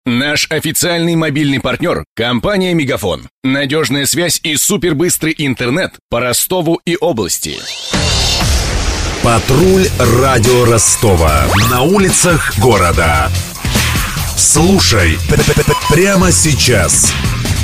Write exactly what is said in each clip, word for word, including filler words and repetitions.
Наш официальный мобильный партнер – компания «Мегафон». Надежная связь и супербыстрый интернет по Ростову и области. Патруль радио Ростова. На улицах города. Слушай прямо сейчас.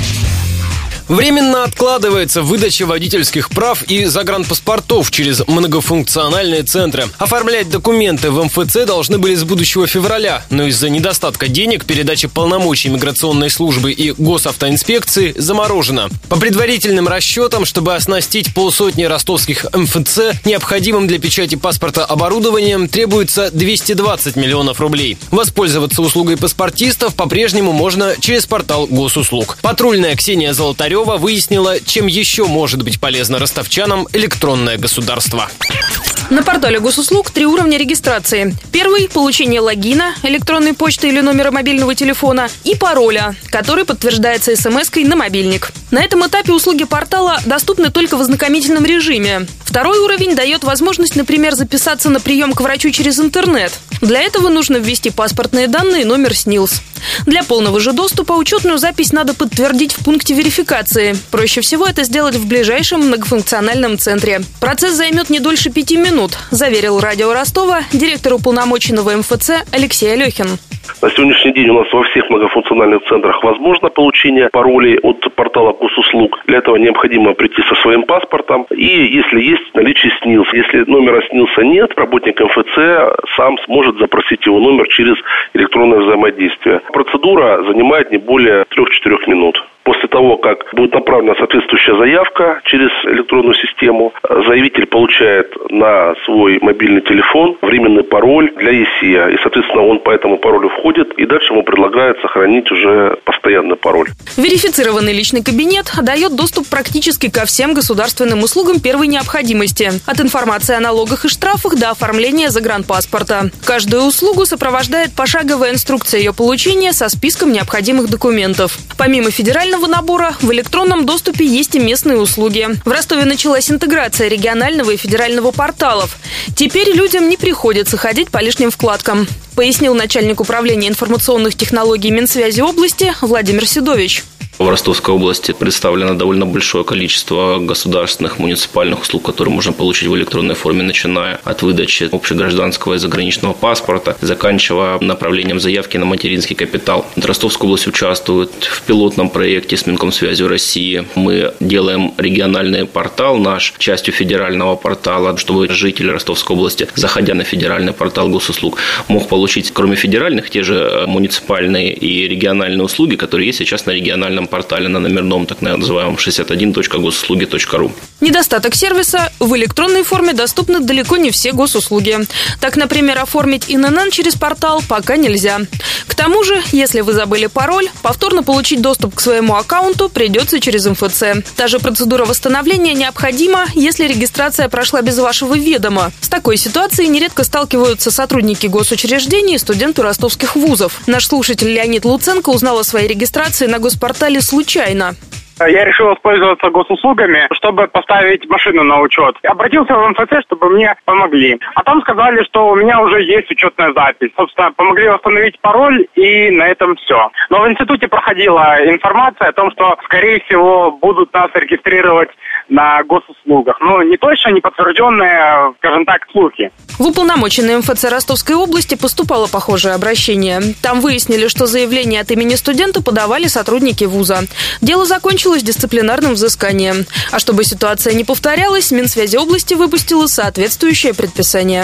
Временно откладывается выдача водительских прав и загранпаспортов через многофункциональные центры. Оформлять документы в эм эф цэ должны были с будущего февраля, но из-за недостатка денег передача полномочий миграционной службы и госавтоинспекции заморожена. По предварительным расчетам, чтобы оснастить полсотни ростовских эм эф цэ необходимым для печати паспорта оборудованием, требуется двести двадцать миллионов рублей. Воспользоваться услугой паспортистов по-прежнему можно через портал госуслуг. Патрульная Ксения Золотарева выяснила, чем еще может быть полезно ростовчанам электронное государство. На портале госуслуг три уровня регистрации. Первый – получение логина, электронной почты или номера мобильного телефона и пароля, который подтверждается эс эм эской на мобильник. На этом этапе услуги портала доступны только в ознакомительном режиме. Второй уровень дает возможность, например, записаться на прием к врачу через интернет. Для этого нужно ввести паспортные данные и номер СНИЛС. Для полного же доступа учетную запись надо подтвердить в пункте верификации. Проще всего это сделать в ближайшем многофункциональном центре. Процесс займет не дольше пяти минут, заверил радио Ростова директор уполномоченного эм эф цэ Алексей Алехин. На сегодняшний день у нас во всех многофункциональных центрах возможно получение паролей от портала госуслуг. Для этого необходимо прийти со своим паспортом и, если есть, наличие СНИЛС. Если номера СНИЛСа нет, работник эм эф цэ сам сможет запросить его номер через электронное взаимодействие. Процедура занимает не более трех-четырех минут. После того, как будет направлена соответствующая заявка через электронную систему, заявитель получает на свой мобильный телефон временный пароль для и си а. И, соответственно, он по этому паролю входит, и дальше ему предлагают сохранить уже постоянный пароль. Верифицированный личный кабинет дает доступ практически ко всем государственным услугам первой необходимости. От информации о налогах и штрафах до оформления загранпаспорта. Каждую услугу сопровождает пошаговая инструкция ее получения со списком необходимых документов. Помимо федерального набора, в электронном доступе есть и местные услуги. В Ростове началась интеграция регионального и федерального порталов. Теперь людям не приходится ходить по лишним вкладкам, пояснил начальник управления информационных технологий Минсвязи области Владимир Седович. В Ростовской области представлено довольно большое количество государственных, муниципальных услуг, которые можно получить в электронной форме, начиная от выдачи общегражданского и заграничного паспорта, заканчивая направлением заявки на материнский капитал. Ростовская область участвует в пилотном проекте с Минкомсвязью России. Мы делаем региональный портал наш частью федерального портала, чтобы жители Ростовской области, заходя на федеральный портал госуслуг, мог получить, кроме федеральных, те же муниципальные и региональные услуги, которые есть сейчас на региональном портале на номерном, так называемом шестьдесят один точка госуслуги точка ру. Недостаток сервиса – в электронной форме доступны далеко не все госуслуги. Так, например, оформить эн эн эн через портал пока нельзя. К тому же, если вы забыли пароль, повторно получить доступ к своему аккаунту придется через эм эф цэ. Та же процедура восстановления необходима, если регистрация прошла без вашего ведома. С такой ситуацией нередко сталкиваются сотрудники госучреждений и студенты ростовских вузов. Наш слушатель Леонид Луценко узнал о своей регистрации на госпортале случайно. Я решил воспользоваться госуслугами, чтобы поставить машину на учет. Обратился в эм эф цэ, чтобы мне помогли. А там сказали, что у меня уже есть учетная запись. Собственно, помогли восстановить пароль, и на этом все. Но в институте проходила информация о том, что, скорее всего, будут нас регистрировать на госуслугах. Но не точно, не подтвержденные, скажем так, слухи. В уполномоченный эм эф цэ Ростовской области поступало похожее обращение. Там выяснили, что заявление от имени студента подавали сотрудники вуза. Дело закончилось дисциплинарным взысканием. А чтобы ситуация не повторялась, Минсвязи области выпустила соответствующее предписание.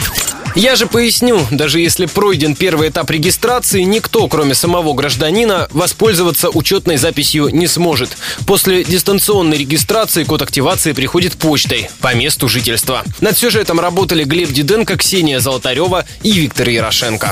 Я же поясню, даже если пройден первый этап регистрации, никто, кроме самого гражданина, воспользоваться учетной записью не сможет. После дистанционной регистрации код активации приходит почтой по месту жительства. Над сюжетом работали Глеб Диденко, Ксения Золотарева и Виктор Ярошенко.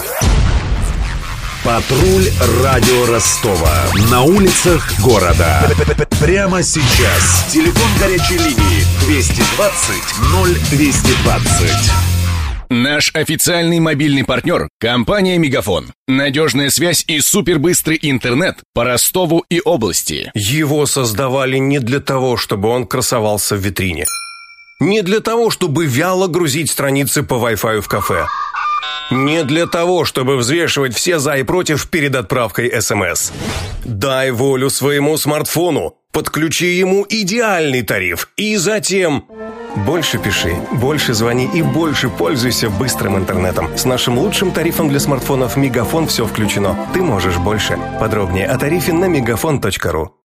Патруль радио Ростова. На улицах города. Прямо сейчас. Телефон горячей линии двести двадцать ноль двести двадцать. Наш официальный мобильный партнер – компания «Мегафон». Надежная связь и супербыстрый интернет по Ростову и области. Его создавали не для того, чтобы он красовался в витрине. Не для того, чтобы вяло грузить страницы по Wi-Fi в кафе. Не для того, чтобы взвешивать все за и против перед отправкой СМС. Дай волю своему смартфону, подключи ему идеальный тариф и затем... Больше пиши, больше звони и больше пользуйся быстрым интернетом. С нашим лучшим тарифом для смартфонов «Мегафон» все включено. Ты можешь больше. Подробнее о тарифе на мегафон точка ру.